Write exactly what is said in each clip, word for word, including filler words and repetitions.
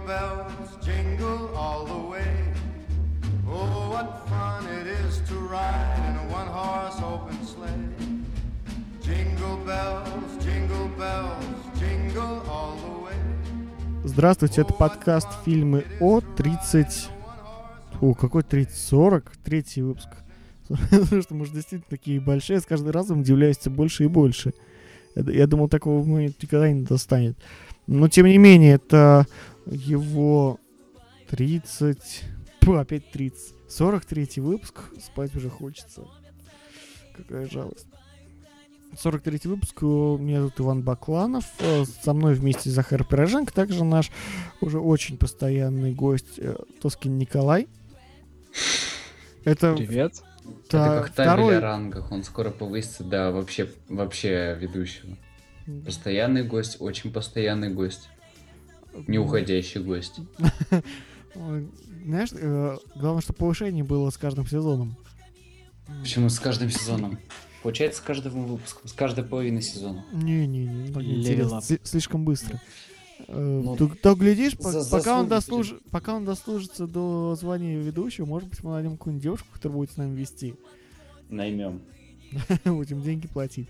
bells, jingle all the way. Oh, what fun it is to ride in a one-horse open sleigh. Jingle bells, jingle bells, jingle all the way. Здравствуйте, это подкаст «Фильмы О», тридцать... О, какой тридцать? сорок третий выпуск. Потому что мы же действительно такие большие, с каждым разом удивляюсь все больше и больше. Я, я думал, такого момента никогда не достанет. Но, тем не менее, это его тридцать... Фу, опять тридцать. сорок третий выпуск. Спать уже хочется. Какая жалость. сорок третий выпуск. Меня зовут Иван Бакланов. Со мной вместе Захар Пироженко. Также наш уже очень постоянный гость Тоскин Николай. Это... Привет. Та... Это как табель второй... о рангах. Он скоро повысится до вообще, вообще ведущего. Постоянный гость, очень постоянный гость. Не уходящий гость. Знаешь, главное, что повышение было с каждым сезоном. Почему с каждым сезоном? Получается, с каждым выпуском, с каждой половины сезона. Не-не-не, так Level интересно, up. сли- слишком быстро. Ну, Ты, ты глядишь, по- за- пока, он заслуги дослуж... пока он дослужится до звания ведущего, может быть, мы найдем какую-нибудь девушку, которая будет с нами вести. Наймем. Будем деньги платить.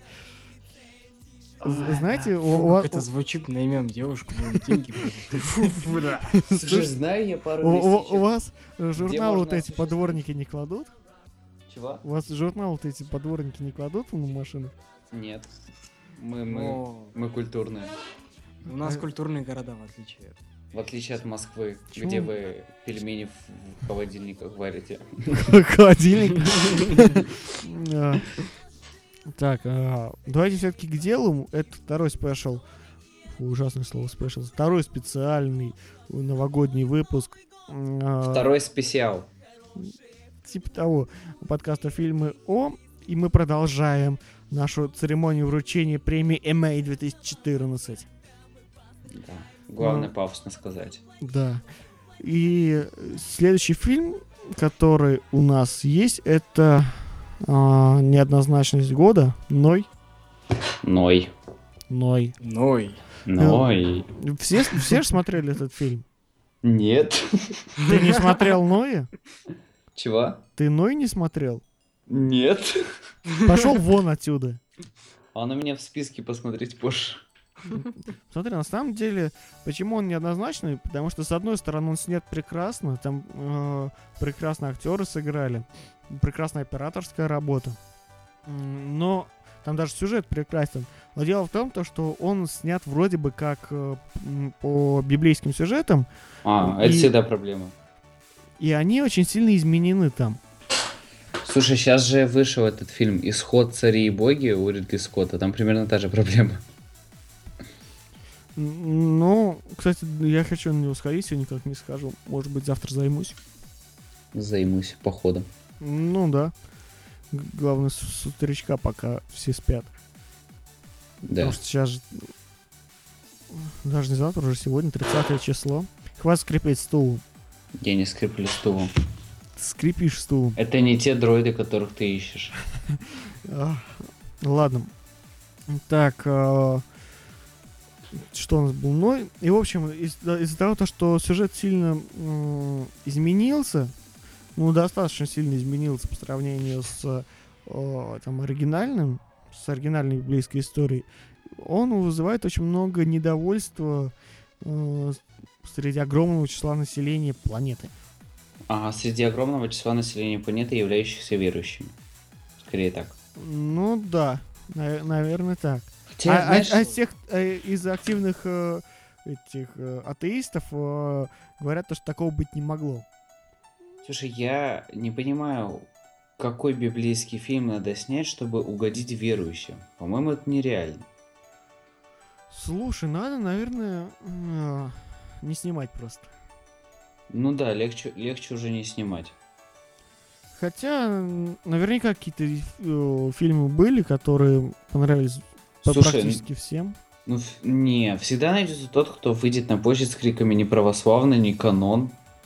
З- Знаете, у- у- Как это звучит, наймем девушку, будем деньги платить. Слушай, знаю я пару у- у- у местечек. вас журналы вот можно эти подворники не кладут? Чего? У вас журналы вот эти подворники не кладут в машину? Нет. Мы, мы, О, мы культурные. У нас культурные города, в отличие от... В отличие от Москвы, Почему? где вы пельмени в в холодильниках варите. Холодильник. А, Так, а, давайте все-таки к делу. Это второй спешл. Фу, ужасное слово спешл. Второй специальный новогодний выпуск. а, Второй специал. Типа того, подкаста «Фильмы О». И мы продолжаем нашу церемонию вручения премии эм эй две тысячи четырнадцать. Да. Главное Ну. пафосно сказать. Да. И следующий фильм, который у нас есть, это а, «Неоднозначность года». Ной. Ной. Ной. Ной. Ной. Все, все же смотрели этот фильм. Нет. Ты не смотрел Ноя? Чего? Ты Ной не смотрел? Нет. Пошел вон отсюда. Он у меня в списке, посмотреть позже. Смотри, на самом деле, почему он неоднозначный? Потому что, с одной стороны, он снят прекрасно, там э, прекрасно актеры сыграли, прекрасная операторская работа. М, Но там даже сюжет прекрасен. Но дело в том, то, что он снят вроде бы как э, м, по библейским сюжетам, А, это И- всегда проблема. и они очень сильно изменены там. Слушай, сейчас же вышел этот фильм «Исход. Цари и боги» у Ридли Скотта. Там примерно та же проблема. М, Ну, кстати, я хочу на него сходить, сегодня никак не схожу. Может быть, завтра займусь. Займусь походом. Ну да. Г- Главное, с, с утречка, пока все спят. Да. Потому что сейчас же... Даже не завтра, уже сегодня, тридцатое число. Хватит скрипеть стулом. Я не скреплю стулом. Ты скрипишь стулом. Это не те дроиды, которых ты ищешь. А, ладно. Так, а, что у нас был? Ну, и, в общем, из- да, из-за того, то, что сюжет сильно м, изменился, ну, достаточно сильно изменился по сравнению с о, там, оригинальным, с оригинальной библейской историей, он вызывает очень много недовольства э, среди огромного числа населения планеты. Ага, среди огромного числа населения планеты, являющихся верующими. Скорее так. Ну да, на- наверное так. Хотя, а, знаешь, а- а всех э, из активных э, этих э, атеистов э, говорят, то, что такого быть не могло. слушай, я не понимаю, какой библейский фильм надо снять, чтобы угодить верующим. По-моему, это нереально. Слушай, надо, наверное, э, не снимать просто. Ну да, легче, легче уже не снимать. Хотя, м, наверняка какие-то э, фильмы были, которые понравились по- Слушай, практически всем. Ну, ф- не, всегда найдется тот, кто выйдет на площадь с криками «не православный, не канон».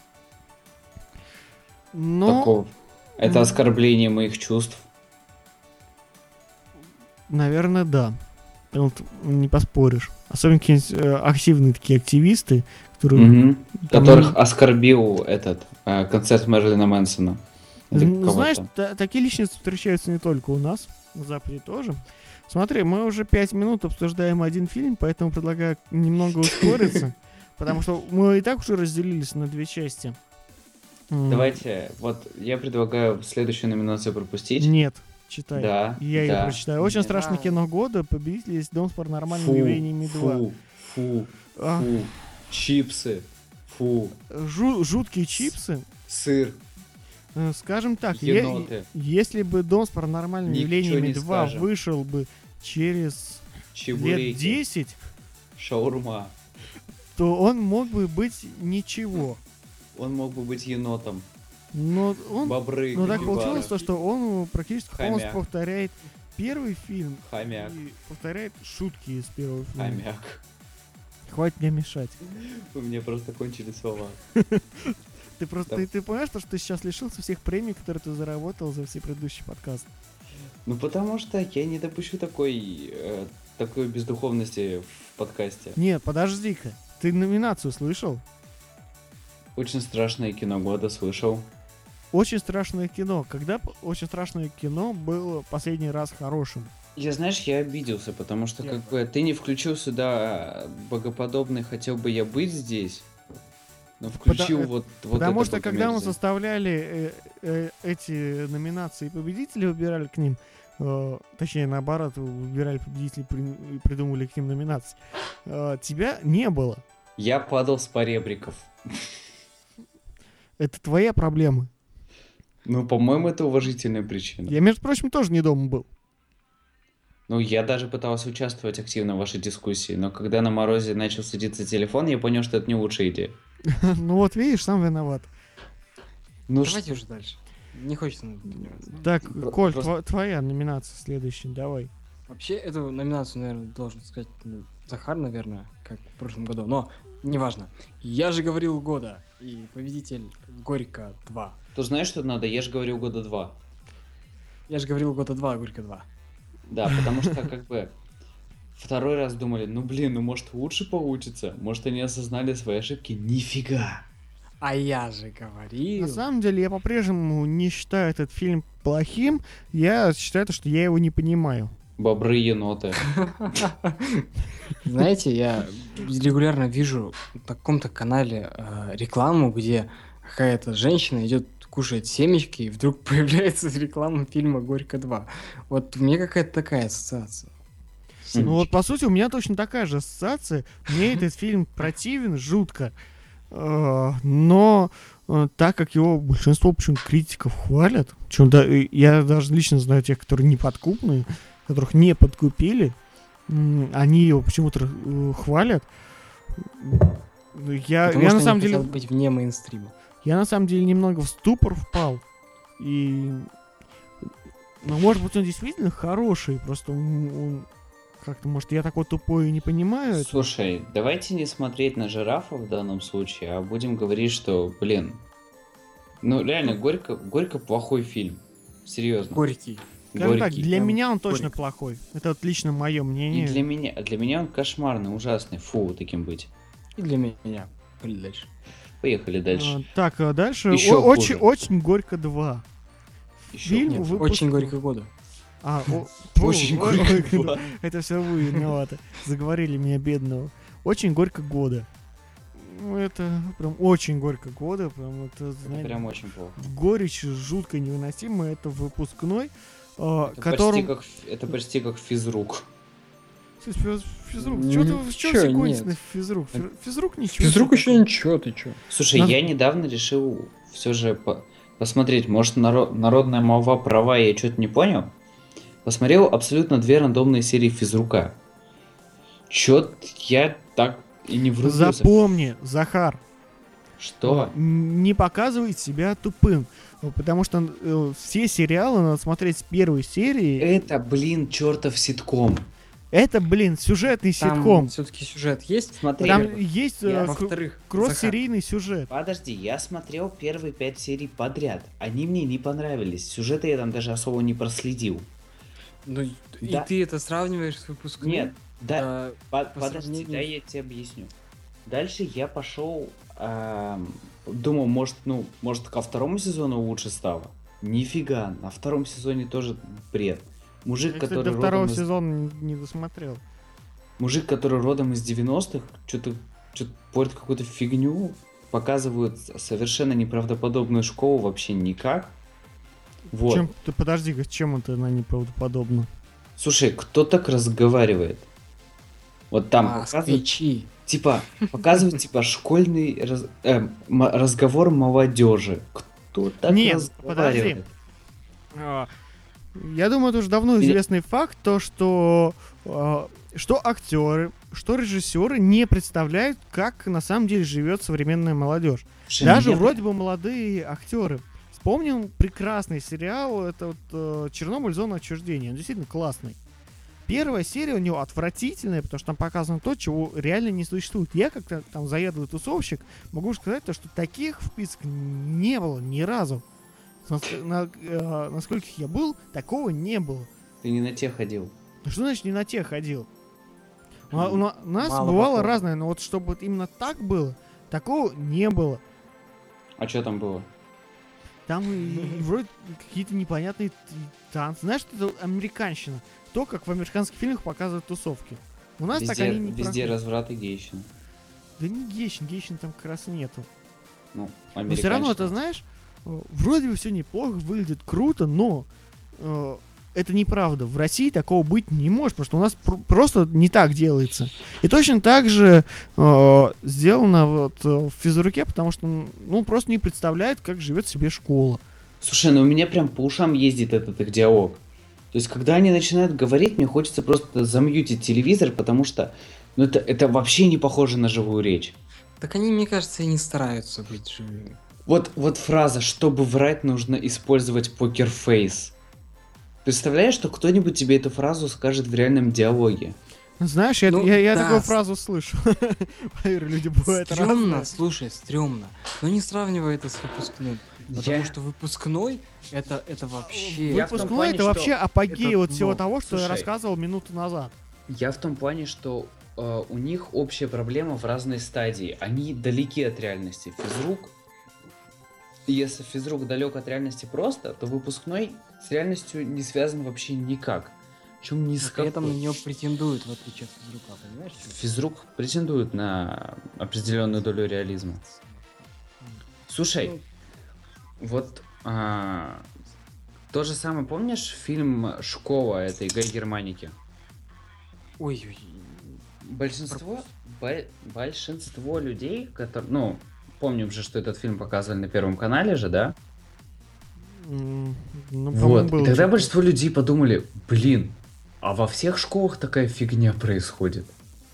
Но, Такого. Это м. оскорбление моих чувств. наверное, да. вот не поспоришь. Особенно какие-нибудь э, активные такие активисты, которые... Мгм. там, Которых ну, оскорбил этот э, концерт Мэрилина Мэнсона. Или ну, кого знаешь, там. та- такие личности встречаются не только у нас, на Западе тоже. Смотри, мы уже пять минут обсуждаем один фильм, поэтому предлагаю немного ускориться, потому что мы и так уже разделились на две части. М, Давайте, вот я предлагаю следующую номинацию пропустить. Нет, читай. Да, Я ее да. прочитаю. Очень Нет. страшное А. кино года. Победитель есть «Дом с паранормальными Фу, явлениями два». фу, фу, А, фу. Чипсы, фу, жу- жуткие чипсы. сыр, Э, Скажем так, е- еноты, если бы «Дом с паранормальными Ничего явлениями не два» скажем. вышел бы через чебуреки, лет десять, шаурма. то он мог бы быть ничего. Он мог бы быть енотом. Но он, Бобры, но так капибары, получилось, то, что он практически полностью Хомяк. повторяет первый фильм хомяк, и повторяет шутки из первого фильма. хомяк. Хватит мне мешать. У меня просто кончили слова. Ты просто Да. ты, ты понимаешь, что ты сейчас лишился всех премий, которые ты заработал за все предыдущие подкасты? Ну потому что я не допущу такой, э, такой бездуховности в подкасте. Нет, подожди-ка. Ты номинацию слышал? Очень страшное кино года слышал. Очень страшное кино. Когда п- очень страшное кино было последний раз хорошим? Я, знаешь, я обиделся, потому что Я как бы ты не включил сюда богоподобный «Хотел бы я быть здесь», но включил Пода- вот, вот Потому это что когда мы богомерзие. составляли э, э, эти номинации, победители выбирали к ним, э, точнее наоборот, выбирали победителей при- и придумывали к ним номинации, э, тебя не было. Я падал с поребриков. Это твоя проблема. Ну, по-моему, это уважительная причина. Я, между прочим, тоже не дома был. Ну, я даже пытался участвовать активно в вашей дискуссии, но когда на морозе начал садиться телефон, я понял, что это не лучшая идея. Ну вот видишь, сам виноват. Ну, Давайте уже дальше. Не хочется подниматься. Так, Про- Коль, просто- тва- твоя номинация следующая, давай. Вообще, эту номинацию, наверное, должен сказать ну, Захар, наверное, как в прошлом году. Но неважно. Я же говорил года. И победитель Горько два. Ты знаешь, что надо? Я же говорил года два. Я же говорил года два, Горько два. Да, потому что как бы второй раз думали, ну блин, ну может лучше получится, может они осознали свои ошибки. Нифига. А я же говорил. На самом деле, я по-прежнему не считаю этот фильм плохим. Я считаю, что я его не понимаю. Бобры, еноты. Знаете, я регулярно вижу на каком-то канале э, рекламу, где какая-то женщина идет кушать семечки, и вдруг появляется реклама фильма «Горько два». Вот мне какая-то такая ассоциация. Ну вот, по сути, у меня точно такая же ассоциация. Мне этот фильм противен жутко. Э, Но э, так как его большинство почему критиков хвалят, причем да, и я даже лично знаю тех, которые не подкупные, которых не подкупили, м, они его почему-то э, хвалят. Я, Потому я что на самом они деле хотят быть вне мейнстрима. Я на самом деле немного в ступор впал. И... Ну, может быть, он действительно хороший, просто он, он как-то, может, я такой тупой и не понимаю это. Слушай, давайте не смотреть на жирафа в данном случае, а будем говорить, что, блин, ну реально, Горько, Горько плохой фильм. Серьезно. Горький. Скажем так, Горький. для прям меня он точно горько. плохой. Это вот лично мое И мнение. для меня, для меня он кошмарный, ужасный. Фу, таким быть. И для меня. Пойдем дальше. Поехали дальше. А, так, а дальше Ещё о- очень, хуже. очень горько два. Еще фильм Нет, выпуск- очень горько года. А, о- Очень о, горько ой, два. Это все вы виноваты. Заговорили меня бедного. Очень горько года. Ну, это прям очень горько года. Прям это, Это знаете, прям очень плохо. горечь жутко невыносимая. Это выпускной, э, Это, которым... почти как, ф- это почти как физрук. Физ- Физрук, М, чё ты, чё чё, все гонишь нет. на физрук? Фи- Физрук ничего. Физрук себе еще такой. ничего, ты чё? Слушай, Нас- я недавно решил все же по- посмотреть, может, наро- народная молва права, я что-то не понял. Посмотрел абсолютно две рандомные серии физрука. Чё я так и не врубился. Запомни, Захар, Что? э, не показывай себя тупым. э, Потому что э, все сериалы надо смотреть с первой серии. Это, блин, чертов ситком. Это, блин, сюжетный Там ситком. все-таки сюжет есть. Смотри, Там во-первых. есть Я- э, кру- Во-вторых, кросс-серийный сюжет. подожди, я смотрел первые пять серий подряд. Они мне не понравились. Сюжеты я там даже особо не проследил. Ну, и Да. ты это сравниваешь с выпускным? Нет, да, А, по- по подожди, сравнению дай с- я тебе объясню. Дальше я пошел, эм, думал, может, ну, может, ко второму сезону лучше стало. Нифига, на втором сезоне тоже бред. Мужик, Я, кстати, который до второго родом из... сезона не, не досмотрел. Мужик, который родом из девяностых, что-то что порит какую-то фигню, показывают совершенно неправдоподобную школу вообще никак. Вот. Чем, ты подожди, чем это она неправдоподобна? Слушай, кто так разговаривает? Вот там А, показывают, сквичи. типа, показывают, типа, школьный раз- э, м- разговор молодежи. Кто так Нет, разговаривает? А, Я думаю, это уже давно Или- известный факт, то, что а, что актеры, что режиссеры не представляют, как на самом деле живет современная молодежь. Слушай, Даже меня- вроде бы молодые актеры. Вспомним прекрасный сериал, это вот э, «Чернобыль. Зона отчуждения». Он действительно классный. Первая серия у него отвратительная, потому что там показано то, чего реально не существует. Я, как там заядлый тусовщик, могу сказать, то, что таких вписок не было ни разу. Наск- на- э, насколько я был, такого не было. Ты не на те ходил. Ну, что значит не на тех ходил? У, на- у на- у нас Мало бывало похоже. разное, но вот чтобы вот именно так было, такого не было. А что там было? Там и- и вроде какие-то непонятные т- танцы. Знаешь, это американщина. То, как в американских фильмах показывают тусовки. У нас так Везде, они не везде проходят. разврат и гейщина. Да не гейщин, гейщин там как раз нету. Ну, Но все равно, американщина. это знаешь, э, вроде бы все неплохо, выглядит круто, но э, это неправда. В России такого быть не может, потому что у нас пр- просто не так делается. И точно так же э, сделано вот э, в физруке, потому что ну просто не представляет, как живет себе школа. Слушай, ну у меня прям по ушам ездит этот их диалог. То есть, когда они начинают говорить, мне хочется просто замьютить телевизор, потому что ну, это, это вообще не похоже на живую речь. Так они, мне кажется, и не стараются быть живыми. Вот, вот фраза «чтобы врать, нужно использовать покерфейс». Представляешь, что кто-нибудь тебе эту фразу скажет в реальном диалоге? Знаешь, я, Ну, я, я да. такую фразу слышу. Поверь, люди бывают Стрёмно, разные. слушай, стрёмно. Но не сравнивай это с выпускным. Потому Я- что выпускной это, это вообще... Я в том Выпускной плане, это что вообще апогей это вот всего дно. того, что я Слушай. рассказывал минуту назад. Я в том плане, что э, у них общая проблема в разной стадии. Они далеки от реальности. Физрук, если физрук далек от реальности просто, то выпускной с реальностью не связан вообще никак. Причем ни с Но при этом на какой. нее претендуют, в отличие от физрука, понимаешь? Физрук претендует на определенную долю реализма. Слушай, Ну, вот а, то же самое, помнишь фильм «Школа» этой Гай Германики? Ой-ой. Большинство, бо- большинство людей, которые, ну, помним же, что этот фильм показывали на Первом канале же, да? М, Ну, по-моему, Вот. было И тогда что-то. большинство людей подумали, блин, а во всех школах такая фигня происходит.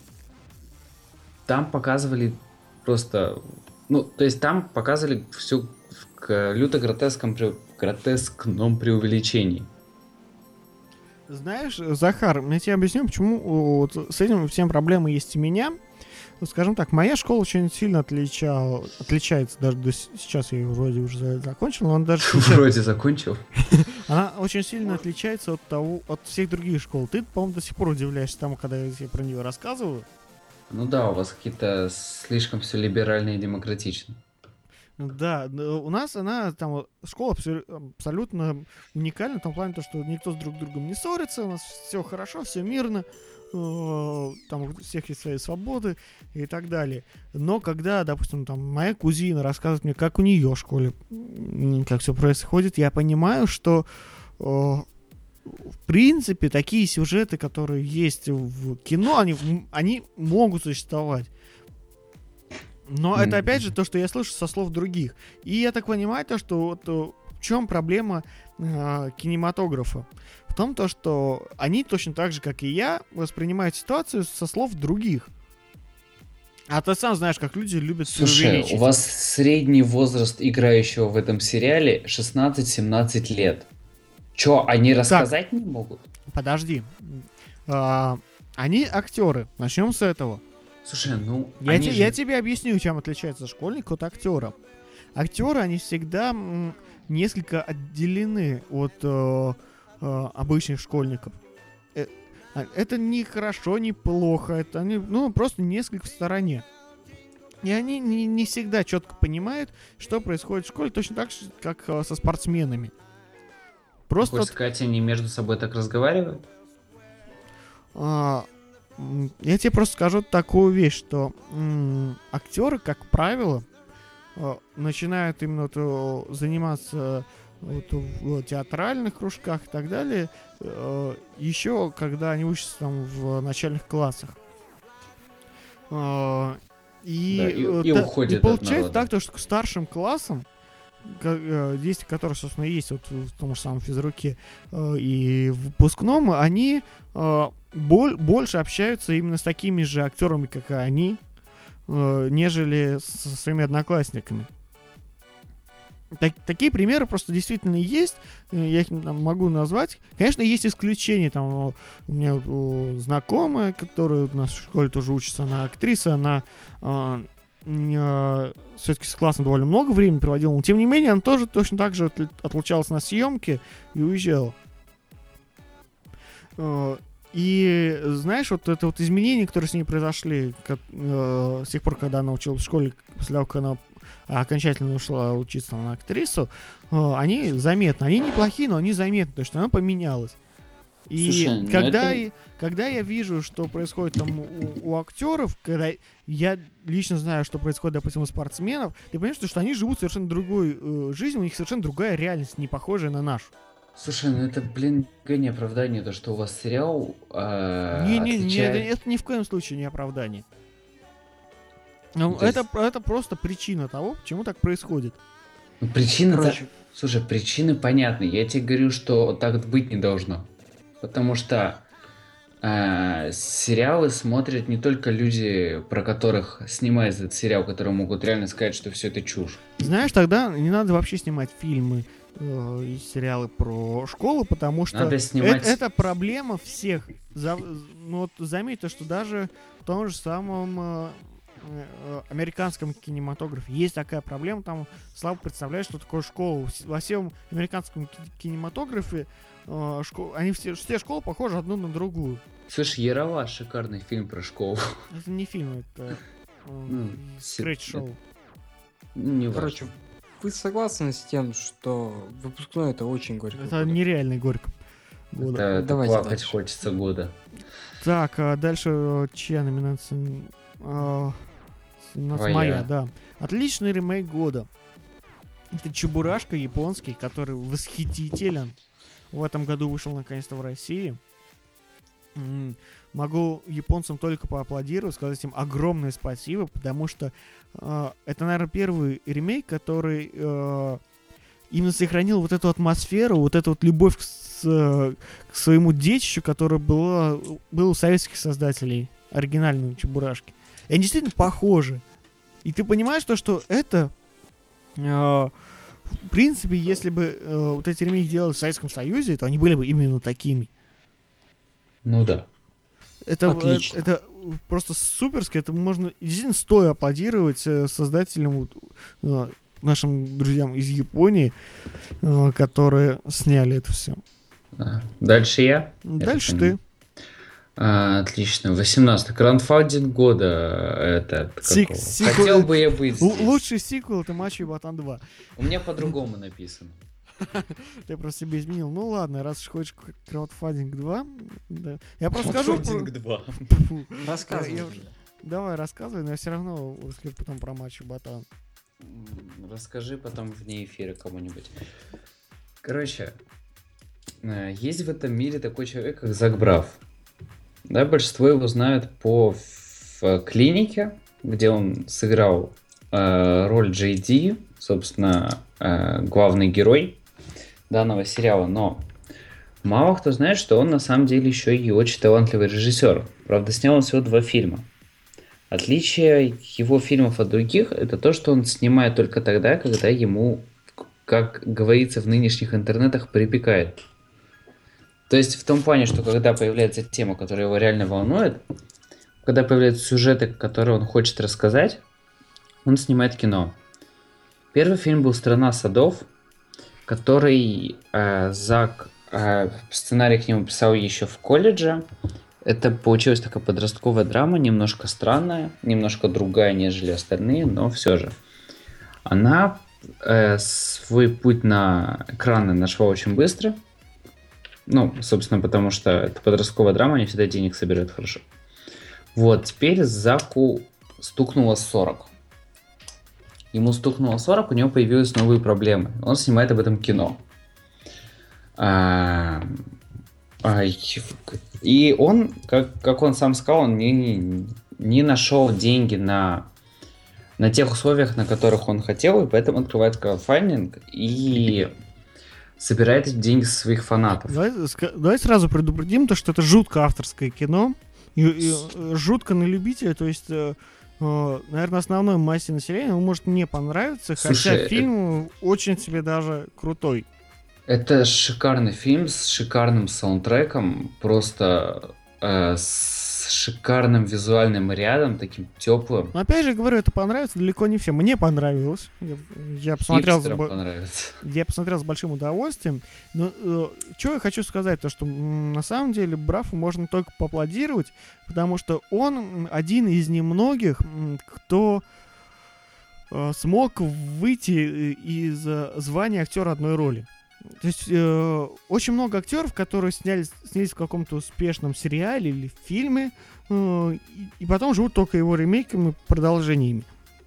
Там показывали просто, ну, то есть там показывали все в люто гротеском, пре- гротескном преувеличении. Знаешь, Захар, я тебе объясню, почему о, вот с этим всем проблемы есть у меня. Ну, скажем так, моя школа очень сильно отличала, отличается, даже до с- сейчас я ее вроде уже за- закончил, но она даже сейчас- Вроде закончил. она очень сильно отличается от того, от всех других школ. Ты, по-моему, до сих пор удивляешься тому, когда я тебе про нее рассказываю. Ну да, у вас какие-то слишком все либерально и демократично. Да, но у нас она там вот, школа абсо- абсолютно уникальна в том плане, то, что никто с друг другом не ссорится, у нас все хорошо, все мирно, э, там у всех есть свои свободы и так далее. Но когда, допустим, там моя кузина рассказывает мне, как у нее в школе, м, как все происходит, я понимаю, что э, в принципе такие сюжеты, которые есть в кино, они, м, они могут существовать. Но это Мгм. опять же то, что я слышу со слов других. И я так понимаю, то, что вот э, в чем проблема э, кинематографа? В том, то, что они точно так же, как и я, воспринимают ситуацию со слов других. А ты сам знаешь, как люди любят Слушай, преувеличить. у вас средний возраст играющего в этом сериале шестнадцать-семнадцать лет. Чё, они рассказать не могут? Подожди. А, они актеры. Начнем с этого. Слушай, ну, Я, они те- же- я тебе объясню, чем отличается школьник от актера. Актеры, они всегда м, несколько отделены от э, э, обычных школьников. Э, это не хорошо, не плохо, это они, ну, просто несколько в стороне. И они не, не всегда четко понимают, что происходит в школе, точно так же, как э, со спортсменами. Просто... Хочешь сказать, они между собой так разговаривают? А, м, я тебе просто скажу такую вещь, что м, актеры, как правило, э, начинают именно вот, э, заниматься вот, в театральных кружках и так далее, э, еще когда они учатся там в начальных классах. Э, и, Да, и- э, и та- уходят и от получается народа. так, то, что к старшим классам, ко- э, действия которых, собственно, есть вот в том же самом физруке э, и в выпускном, они э, боль- больше общаются именно с такими же актерами, как и они, э, нежели со своими одноклассниками. Так- такие примеры просто действительно есть. э, Я их там могу назвать. Конечно, есть исключения. Там о, у меня вот, о, знакомая, которая у нас в школе тоже учится, она актриса, она все-таки с классом довольно много времени проводила, но тем не менее она тоже точно так же отл- отлучалась на съемки и уезжала. Э, И знаешь, вот это вот изменения, которые с ней произошли ко- э, с тех пор, когда она училась в школе, после того, как она окончательно ушла учиться на актрису, э, они заметны. Они неплохие, но они заметны, потому что она поменялась. И Слушай, ну когда, это- я, когда я вижу, что происходит там у, у актеров, когда я лично знаю, что происходит, допустим, у спортсменов, ты понимаешь, что они живут совершенно другой э, жизнью, у них совершенно другая реальность, не похожая на нашу. Слушай, ну это, блин, не оправдание, то, что у вас сериал э, Не-не, не, это, отличает... это ни в коем случае не оправдание. Ну, То есть- это, это просто причина того, почему так происходит. Ну, причины... Короче. Слушай, причины понятны. Я тебе говорю, что так быть не должно. Потому что э, сериалы смотрят не только люди, про которых снимается этот сериал, которые могут реально сказать, что все это чушь. Знаешь, тогда не надо вообще снимать фильмы э, и сериалы про школу, потому что Надо э- снимать- это проблема всех. За- ну, вот заметь то, что даже в том же самом э, э, американском кинематографе есть такая проблема. Там слабо представляешь, что такое школа. Вс- Во всем американском ки- кинематографе э, шко- они все, все школы похожи одну на другую. Слушай, Ярова, шикарный фильм про школу. Это не фильм, это Ну, скретч-шоу. Ну, не Короче, вы согласны с тем, что выпускной это очень горько? Это нереальный горько. года. Это, это Давайте плакать дальше. хочется года. Так, а дальше э, чья номинация? А, с- у нас Твоя. моя, да. Отличный ремейк года. Это Чебурашка японский, который восхитителен. В этом году вышел наконец-то в России. М, Могу японцам только поаплодировать, сказать им огромное спасибо, потому что э, это, наверное, первый ремейк, который э, именно сохранил вот эту атмосферу, вот эту вот любовь к, с- э, к своему детищу, которая была, была у советских создателей оригинального Чебурашки. И они действительно похожи. И ты понимаешь то, что это, э, в принципе, если бы э, вот эти ремейки делали в Советском Союзе, то они были бы именно такими. Ну да. Это, Отлично. это, это просто суперски. Это можно действительно стоя аплодировать э, создателям, вот, э, нашим друзьям из Японии, э, которые сняли это все. А, Дальше я. Дальше так ты. понимаю. А, отлично. восемнадцатый. Краундфандинг года. Это Сик- какого? сиквел- Хотел бы я быть Л- здесь. лучший сиквел — это Мачо и Ботан два. У меня по-другому написано. Ты просто себе изменил. Ну ладно, раз уж хочешь к- краудфандинг два, да. Я просто скажу. про- Краундфандинг два. Фу. Рассказывай. Я уже- Давай, рассказывай, но я все равно расскажу потом про Мачо и Ботан. М, Расскажи потом вне эфира кому-нибудь. Короче, э, есть в этом мире такой человек, как Зак Брафф. Да, большинство его знают по в клинике, где он сыграл э, роль Джей Ди, собственно, э, главный герой данного сериала. Но мало кто знает, что он на самом деле еще и очень талантливый режиссер. Правда, снял он всего два фильма. Отличие его фильмов от других — это то, что он снимает только тогда, когда ему, как говорится в нынешних интернетах, припекает. То есть в том плане, что когда появляется тема, которая его реально волнует, когда появляются сюжеты, которые он хочет рассказать, он снимает кино. Первый фильм был «Страна садов», который э, Зак а, сценарий к нему писал еще в колледже. Это получилась такая подростковая драма, немножко странная, немножко другая, нежели остальные, но все же. Она э, свой путь на экраны нашла очень быстро. Ну, собственно, потому что это подростковая драма, они всегда денег собирают хорошо. Вот, теперь Заку стукнуло сорок. Ему стукнуло сорок, у него появились новые проблемы. Он снимает об этом кино. А, а, и он, как, как он сам сказал, он не, не, не нашел деньги на, на тех условиях, на которых он хотел, и поэтому открывает краудфандинг и собирает эти деньги со своих фанатов. Давай, давай сразу предупредим, то, что это жутко авторское кино, и, и жутко на любителя, то есть... наверное, основной массе населения ему может не понравиться, Слушай, хотя фильм это... очень себе даже крутой. Это шикарный фильм с шикарным саундтреком, просто э, с шикарным визуальным рядом, таким теплым. Но опять же говорю, это понравится далеко не всем. Мне понравилось. Я, я посмотрел, с... понравится. я посмотрел с большим удовольствием. Но э, что я хочу сказать, то что м, на самом деле Брафу можно только поаплодировать, потому что он один из немногих, кто э, смог выйти из э, звания актера одной роли. То есть э, очень много актеров, которые снялись, снялись в каком-то успешном сериале или фильме, э, и, и потом живут только его ремейками, продолжениями.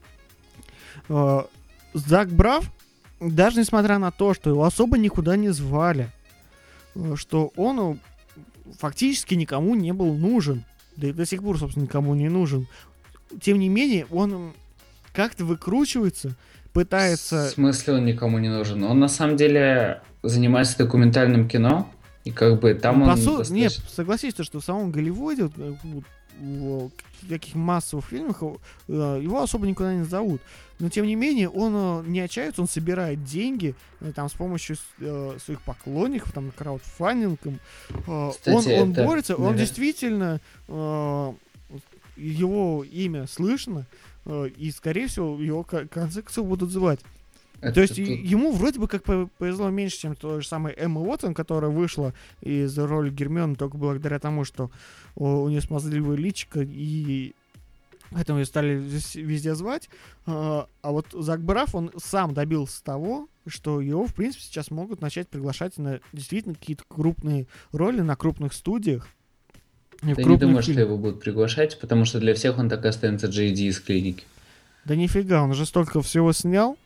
Э, Зак Брафф, даже несмотря на то, что его особо никуда не звали, э, что он э, фактически никому не был нужен, да и до сих пор, собственно, никому не нужен, тем не менее, он как-то выкручивается, пытается... В смысле он никому не нужен? Он на самом деле занимается документальным кино, и как бы там ну, он... Посу... достаточно... Нет, согласись, что в самом Голливуде, в таких массовых фильмах, его особо никуда не зовут. Но, тем не менее, он не отчаивается, он собирает деньги там, с помощью э, своих поклонников, там, краудфандингом. Кстати, он, он это... борется, он действительно... Э, его имя слышно, и, скорее всего, его в конце концов будут звать. Это То есть тут... ему вроде бы как повезло меньше, чем той же самой Эмма Уотсон, которая вышла из роли Гермионы только благодаря тому, что у нее смазливое личико, и поэтому ее стали везде звать. А вот Зак Брафф, он сам добился того, что его, в принципе, сейчас могут начать приглашать на действительно какие-то крупные роли на крупных студиях. Я не думаю, что его будут приглашать, потому что для всех он так и останется Джей Ди из клиники. Да нифига, он уже столько всего снял.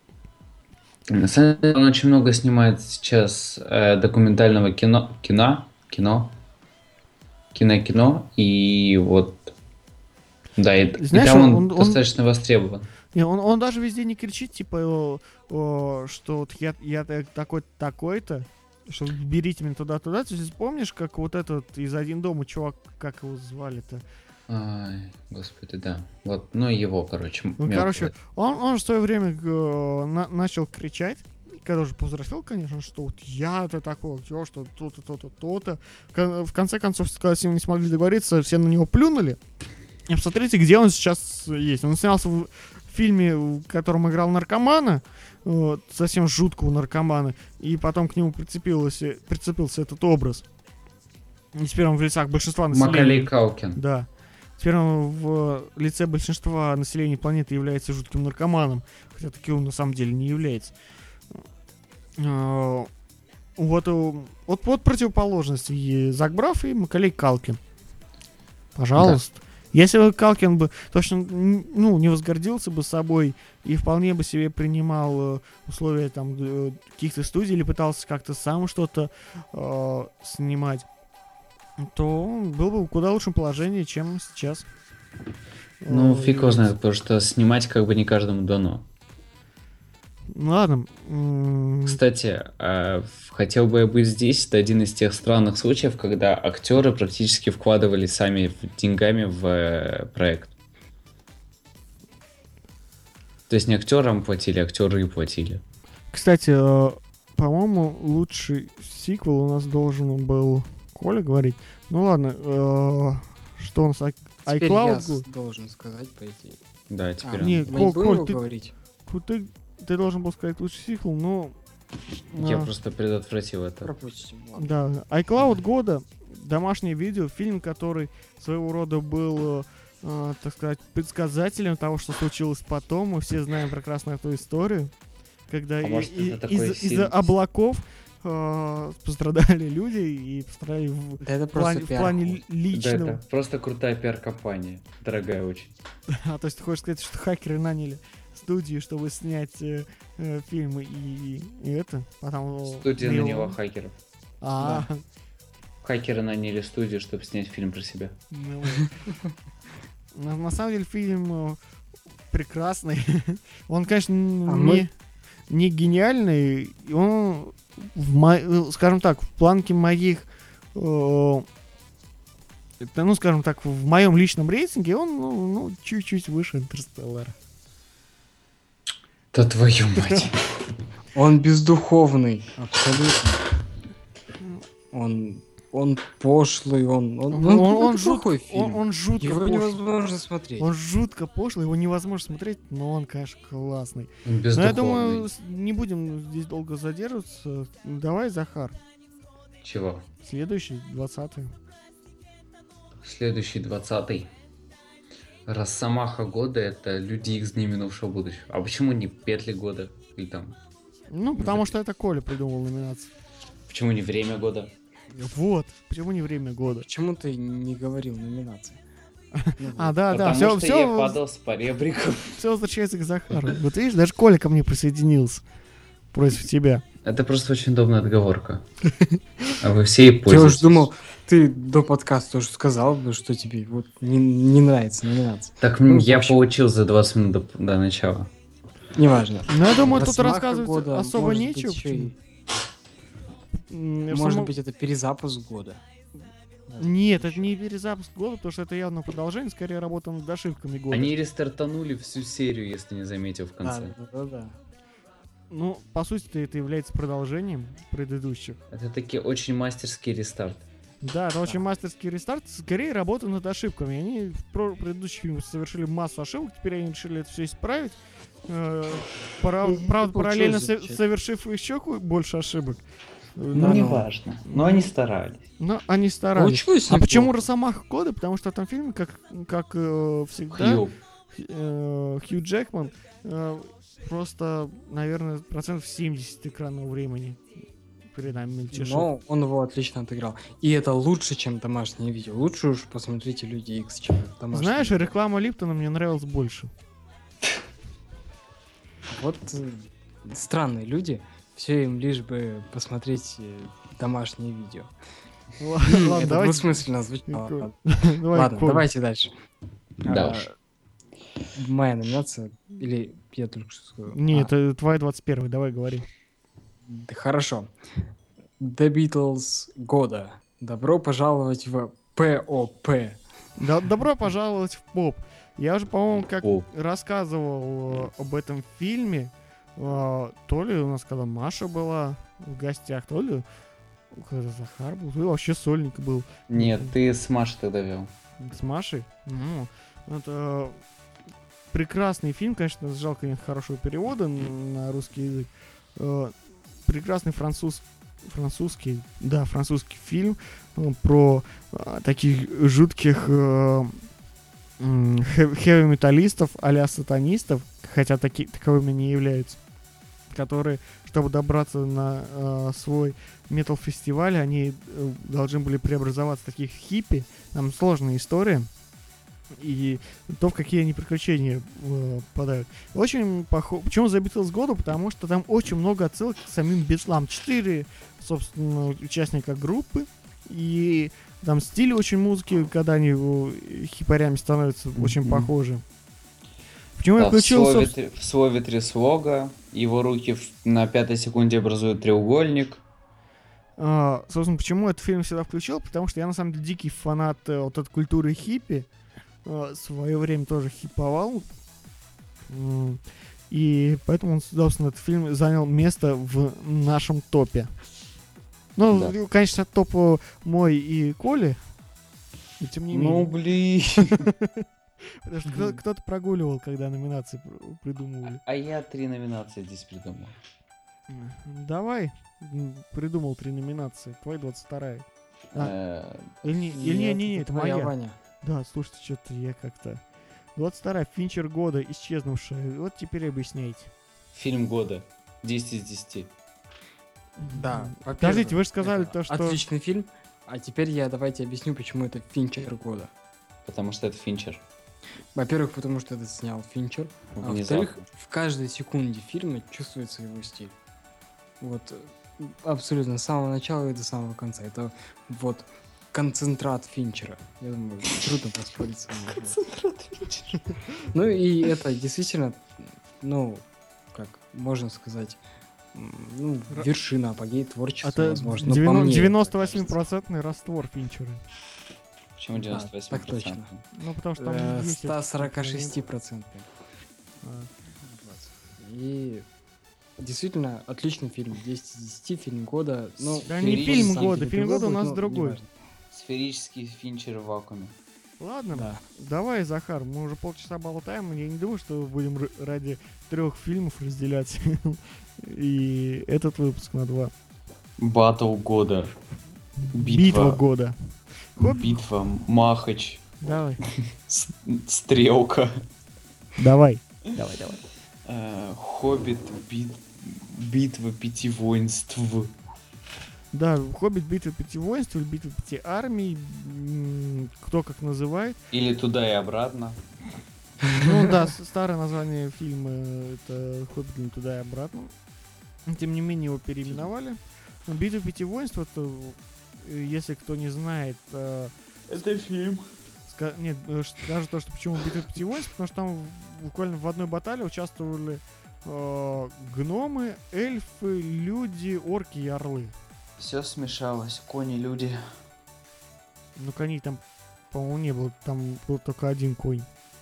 На самом деле он очень много снимает сейчас э, документального кино, кино, кино, кино-кино, и вот, да, и, Знаешь, и там он, он достаточно он, востребован. Не, он, он даже везде не кричит, типа, о, о, что вот я, я такой-то, такой-то, что берите меня туда-туда. Ты помнишь, как вот этот из «Один дома» чувак, как его звали-то? Ай, господи, да. Вот, ну его, короче. Ну, короче, он, он в свое время э, на, начал кричать, когда уже повзрослел, конечно, что вот я-то такой актер, что то-то, то-то, то-то. В конце концов, когда с ним не смогли договориться, все на него плюнули. И посмотрите, где он сейчас есть. Он снялся в фильме, в котором играл наркомана, вот, совсем жуткого наркомана, и потом к нему прицепился, прицепился этот образ. И теперь он в лицах большинства населения... Маколей Калкин. Да. Теперь он в лице большинства населения планеты является жутким наркоманом, хотя таким он на самом деле не является. Вот, вот, вот противоположность и Зак Брафф, и Маколей Калкин. Пожалуйста. Да. Если бы Калкин бы точно ну, не возгордился бы собой и вполне бы себе принимал условия там каких-то студий или пытался как-то сам что-то э, снимать, то он был бы в куда лучшем положении, чем сейчас. Ну, э, фиг его знает, потому что снимать как бы не каждому дано. Ладно. Кстати, э, хотел бы я быть здесь. Это один из тех странных случаев, когда актеры практически вкладывали сами деньгами в э, проект. То есть не актерам платили, актеры и платили. Кстати, э, по-моему, лучший сиквел у нас должен был Коля говорить. Ну ладно, э, что у нас? Теперь iCloud? Я должен сказать, по идее. Да, теперь а, он. Не, Коль, Коль, ты, говорить. Ты, ты должен был сказать лучший сиквел, но Я А, просто предотвратил это. Пропустим. ладно. Да, iCloud года, домашнее видео, фильм, который своего рода был, э, так сказать, предсказателем того, что случилось потом. Мы все знаем прекрасно эту историю, когда А и- может, и- это такой из- из-за фильм? облаков э, пострадали люди и пострадали в, Да это в плане, просто в плане пиар-ход. Да, личного. это просто крутая пиар-компания. Дорогая очень. А, то есть ты хочешь сказать, что хакеры наняли студию, чтобы снять э, э, фильмы и, и это? Потом Студия его- наняла хакеров. А, Хакеры наняли студию, чтобы снять фильм про себя. ну вот. На, на самом деле фильм э, прекрасный. Он, конечно, н- А не, мы- не гениальный. и Он, в мо- э, скажем так, в планке моих, э, это, ну, скажем так, в моем личном рейтинге он ну, ну, чуть-чуть выше Интерстеллара. Да твою мать. Он бездуховный, абсолютно. Он, он пошлый, он, он, Он, он, он, он это жут- плохой фильм. он- он жутко Его пошлый. невозможно смотреть. Он жутко пошлый, его невозможно смотреть, но он, конечно, классный. Он Но я думаю, бездуховный. с- не будем здесь долго задерживаться. Давай, Захар, Чего? следующий, двадцатый. Следующий двадцатый. Росомаха года — это Люди Икс Дни минувшего будущего. А почему не Петли года? Или там... Ну, потому что это Коля придумал номинацию. Почему не Время года? Вот, почему не время года? Почему ты не говорил номинации? Ну, А, да, да, Потому все, что все, я падал с поребриком. все возвращается к Захару. Вот видишь, даже Коля ко мне присоединился против тебя. Это просто очень удобная отговорка. А вы все и Я пользуетесь. уж думал, ты до подкаста тоже сказал бы, что тебе вот не, не нравится номинация. Так Ну, я в общем. получил за двадцать минут до, до начала. Неважно. Но я думаю, тут Росомаха рассказывать года, особо может нечего. быть, ещё и- почему. М, Может само- быть, это перезапуск года. Нет, это не перезапуск года, потому что это явно продолжение, скорее работа над ошибками года. Они рестартанули всю серию, если не заметил в Да, конце. да, да, да. Ну, по сути, это является продолжением предыдущих. Это таки очень мастерский рестарт. Да, это очень мастерский рестарт, скорее работа над ошибками. Они в про- предыдущих фильмах совершили массу ошибок, теперь они решили это все исправить. Э, пара- И правда, получилось параллельно со- замечательно. совершив еще ко- больше ошибок. Ну, Да, не ну, важно. Но они старались. Но они старались. Получилось А почему неплохо. Росомаха года? Потому что в этом фильме, как, как э, всегда, Хью. э, Хью Джекман э, просто, наверное, процентов семьдесят экранного времени перед нами мельтешит. Но он его отлично отыграл. И это лучше, чем домашнее видео. Лучше уж посмотрите Люди Икс, чем домашнее. Знаешь, видео. реклама Липтона мне нравилась больше. Вот э, странные люди. Все им лишь бы посмотреть э, домашнее видео. Ладно, Это давайте. двусмысленно звучало. Прикольно. Ладно, Давай, Ладно, Коль. давайте дальше. Да А, уж. Моя номинация, или я только что сказал? Не, А, это твоя двадцать первая, давай говори. да хорошо. The Beatles года. Добро пожаловать в ПОП. Да- добро пожаловать в поп. Я уже, по-моему, как Поп. рассказывал э, об этом фильме, э, то ли у нас когда Маша была в гостях, то ли когда Захар был, то ли вообще сольник был Нет, ты с Машей тогда вел. с Машей. Ну, это прекрасный фильм, конечно, жалко нет хорошего перевода н- на русский язык. Э, Прекрасный француз, французский, да, французский фильм э, про э, таких жутких э, м, хэ- хэви-металлистов а-ля сатанистов, хотя таки, таковыми не являются, которые, чтобы добраться на э, свой метал-фестиваль, они э, должны были преобразоваться в таких хиппи. Там сложная история. И то, в какие они приключения э, попадают. Очень похоже. Почему The Beatles года? Потому что там очень много отсылок к самим Битлам. Четыре, собственно, участника группы. И там стиль очень музыки, когда они э, хипарями становятся, очень Мгм. похожи. Почему я Да, в, включил, слове, собственно... три- в слове три слога его руки в- на пятой секунде образуют треугольник. А, собственно, почему этот фильм всегда включил? Потому что я, на самом деле, дикий фанат э, вот этой культуры хиппи. А, в свое время тоже хиповал. М, И поэтому, он, собственно, этот фильм занял место в нашем топе. Ну, Да. э, конечно, топ э, мой и Коли. И тем не Ну, менее. блин. Потому что кто- кто-то прогуливал, когда номинации пр- придумывали. А я три номинации здесь придумал. Давай. м, Придумал три номинации. Твоя двадцать вторая. Э, Или не, или не, не, не, это твоя, моя. Ваня. Да, слушайте, что-то я как-то... двадцать вторая. Финчер года, исчезнувшая. Вот теперь объясняйте. Фильм года. десять из десяти. Да, М, во-первых, Подождите, вы же сказали это то, что... Отличный фильм. А теперь я давайте объясню, почему это Финчер года. Потому что это Финчер. Во-первых, потому что это снял Финчер. А во-вторых, Внезапно. в каждой секунде фильма чувствуется его стиль. Вот э, абсолютно с самого начала и до самого конца. Это вот концентрат Финчера. Я думаю, трудно поспорить с вами. Концентрат Финчера. Ну и это действительно, ну, как можно сказать, м, ну, Ра- вершина апогея творчества, Это возможно. Ну, по мне, девяносто так восемь кажется. процентный раствор Финчера. Почему Да, девяносто восемь так точно. процентов? Ну, потому что там Э, есть сто сорок шесть процентов. А, И действительно отличный фильм. десять из десяти, фильм года. Ну, Да не Ферический фильм на самом года, деле фильм другой года у будет, нас но другой. неважно. Сферический Финчер в вакууме. Ладно, Да. давай, Захар, мы уже полчаса болтаем, я не думаю, что будем р- ради трех фильмов разделять и этот выпуск на два. Батл года. Битва, Битва. года. Хоп, Битва. Махач. давай, С- Стрелка. давай. Давай, давай. э, Хоббит. бит- Битва пяти воинств. Да, Хоббит, битва пяти воинств, или битва пяти армий, м, кто как называет. Или туда и обратно. Ну да, с- старое название фильма это Хоббит не туда и обратно. Тем не менее его переименовали. Но Битва пяти воинств, это, э, если кто не знает, э, Это фильм. ска- нет, э, ш- скажу то, что почему Битва пяти воинств, потому что там в- буквально в одной баталии участвовали э, гномы, эльфы, люди, орки и орлы. Все смешалось. Кони, люди. Ну, коней там, по-моему, не было, там был только один конь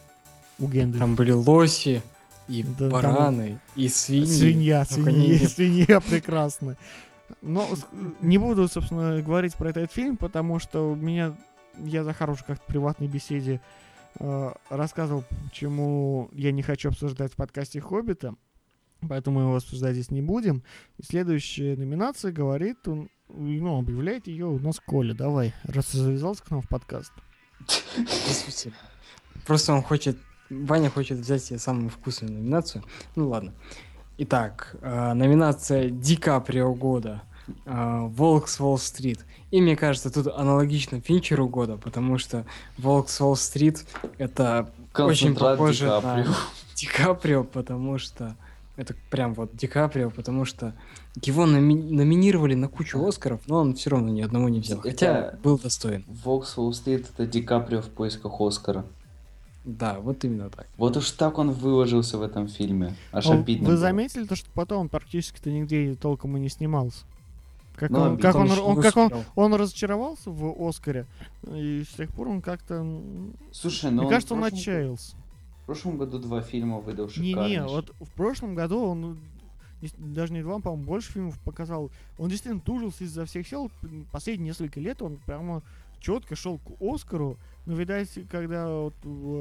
у Гэндальфа. Там были лоси, и Да, там- бараны, и свиньи. Свинья, Но коней свинья, нет. свинья прекрасна. Но с- не буду, собственно, говорить про этот фильм, потому что у меня, я Захар уже как-то в приватной беседе э, рассказывал, почему я не хочу обсуждать в подкасте «Хоббита», поэтому мы его обсуждать здесь не будем. И следующая номинация говорит, он, ну, объявляет ее у нас Коля. Давай, раз ты завязался к нам в подкаст. Действительно. Просто он хочет... Ваня хочет взять себе самую вкусную номинацию. Ну ладно. Итак, э, номинация Ди Каприо года. э, Волк с Уолл-стрит. И мне кажется, тут аналогично Финчеру года, потому что Волк с Уолл-стрит это очень Концентрат похоже Ди Каприо. на Ди Каприо, потому что это прям вот Ди Каприо, потому что его номи- номинировали на кучу Оскаров, но он все равно ни одного не взял. Хотя Это- был достоин. Волк с Уолл-стрит это Ди Каприо в поисках Оскара. Да, вот именно так. Вот уж так он выложился в этом фильме. Аж А обидно Вы было. заметили то, что потом он практически-то нигде толком и не снимался? Как Ну, он, обидно. как он, Он он- не как он, успел. он разочаровался в Оскаре, и с тех пор он как-то... м, Слушай, ну Мне кажется, в он прошлом, отчаялся. в прошлом году два фильма выдал шикарнейшие. Не-не, вот в прошлом году он ну, не с- даже не два, по-моему, больше фильмов показал. Он действительно тужился изо всех сил. М, Последние несколько лет он прямо четко шел к Оскару. Но, видать, когда вот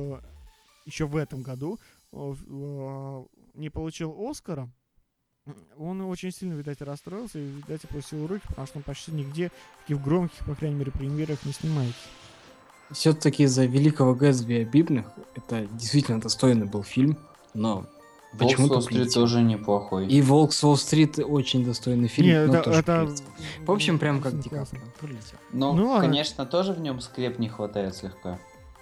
еще в этом году э, в- э, не получил Оскара, м, он очень сильно, видать, расстроился и, видать, опустил руки, потому что он почти нигде, таких громких, по крайней мере, премьерах не снимается. Все-таки за Великого Гэтсби Бибных это действительно достойный был фильм, но Волк с почему-то Уолл-стрит прилетел. тоже неплохой. И Волк с Уолл-стрит очень достойный фильм, Не, но это, тоже это... прилетел. В общем, прям как Ди классно. Каприо. Прилетел. Но, Ну ладно. конечно, тоже в нем скреп не хватает слегка.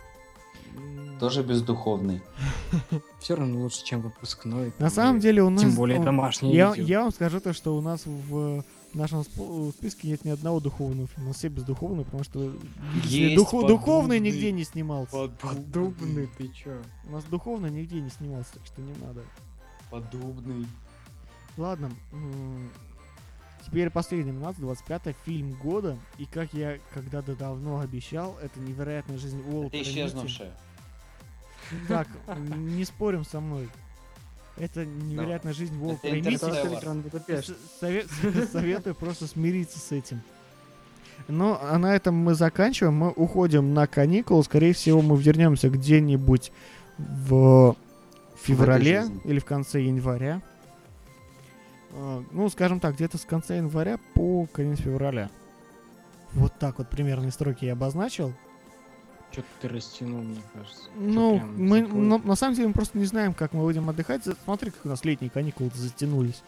М, Тоже бездуховный. Все равно лучше, чем выпускной. На самом деле у нас... Тем более он- домашний Я, видео. я вам скажу то, что у нас в нашем сп- списке нет ни одного духовного фильма. У нас все бездуховные, потому что видите ли, Есть духу- духовный подобный. нигде не снимался. Подобный, ты чё? У нас духовный нигде не снимался, так что не надо. Подобный. Ладно. м, Теперь последняя номинация, двадцать пятая, фильм года. И как я когда-то давно обещал, это «Невероятная жизнь Уолтера Это Митти». исчезнувшая. Так, не спорим со мной. Это «Невероятная жизнь Уолтера Митти». Интерстеллар. Гранд Будапешт. С- совет- советую просто смириться с этим. Ну, а на этом мы заканчиваем. Мы уходим на каникулы. Скорее всего, мы вернемся где-нибудь в феврале жизни. или в конце января. э, ну, скажем так, где-то с конца января по конец февраля. Вот так вот примерные сроки я обозначил. Что-то ты растянул, мне кажется. Чё Ну, прям мы, такое? ну, на самом деле мы просто не знаем, как мы будем отдыхать. За- Смотри, как у нас летние каникулы затянулись.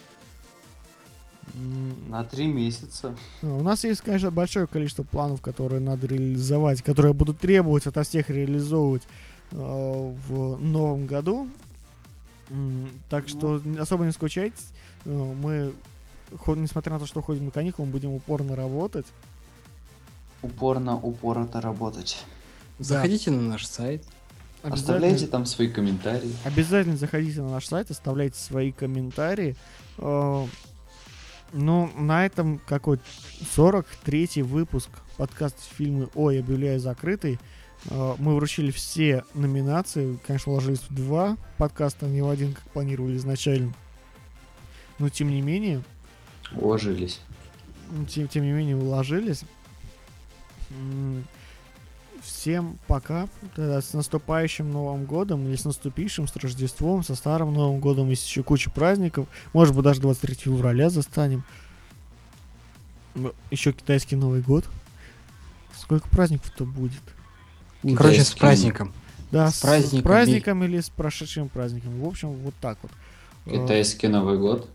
М, На три месяца. ну, У нас есть, конечно, большое количество планов, которые надо реализовать, которые будут требовать ото всех реализовывать э, в новом году. М, Так что н- особо не скучайте. Э, Мы, хо- несмотря на то, что ходим на каникулы, мы будем упорно работать. Упорно, упорно работать. Заходите на наш сайт. Оставляйте там свои комментарии. Обязательно заходите на наш сайт, оставляйте свои комментарии. Э, Ну, на этом какой сорок третий выпуск подкаста «Фильмы Ой» объявляю закрытый. Э, Мы вручили все номинации. Конечно, уложились в два подкаста, а не в один, как планировали изначально. Но тем не менее, Уложились. тем, тем не менее, уложились. М, Всем пока. Тогда с наступающим Новым годом, или с наступившим, с Рождеством, со Старым Новым годом. Есть еще куча праздников. Может быть, даже двадцать третьего февраля застанем. М, Еще китайский Новый год. Сколько праздников-то будет? Ой, Короче, с Китайский. праздником. да, с с, праздниками. с праздником или с прошедшим праздником. В общем, вот так вот. Э, Китайский Новый год.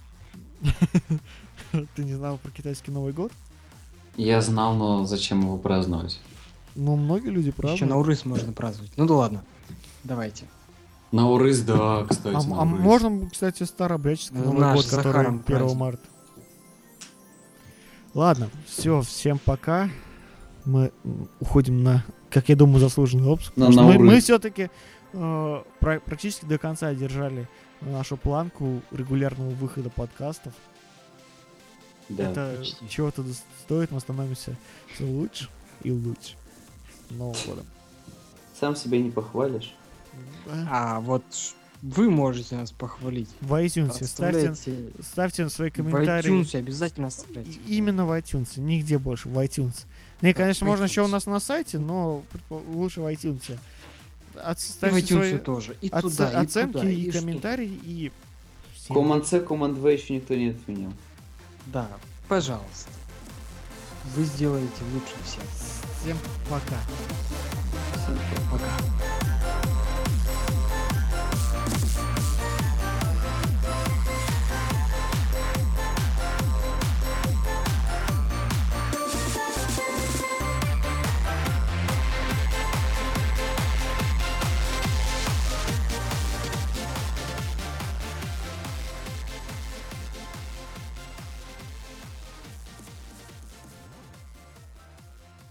Ты не знал про китайский Новый год? Я знал, но зачем его праздновать? Ну, многие люди Еще празднуют. на Урыс можно праздновать. Ну да ладно. Давайте. На Урыс, да, кстати, А, на а Урыс. можно, кстати, старообрядческий Ну, Новый наш год, с который Захаром первого праздник. марта. Ладно, все, всем пока. Мы м, уходим на, как я думаю, заслуженный отпуск. На- потому что на мы, мы Урыс. все-таки практически до конца держали нашу планку регулярного выхода подкастов. Да. Это почти. чего-то дос- стоит, мы становимся все лучше и лучше. С Новым годом. Сам себя не похвалишь. Да. А вот ш- вы можете нас похвалить. В iTunes ставьте, Оставляйте ставьте свои в комментарии. iTunes обязательно оставляйте. И- Именно в iTunes, нигде больше, в iTunes. Ну и, конечно, в можно еще у iTunes. нас на сайте, но предпо- лучше в iTunes. От- И в ставьте iTunes свои тоже. И оце- туда, и оценки туда, и, что- комментарии, и... всем. Command C, Command V еще никто не отменил. Да, пожалуйста. Вы сделаете лучше всех. Всем пока. Всем пока. Пока.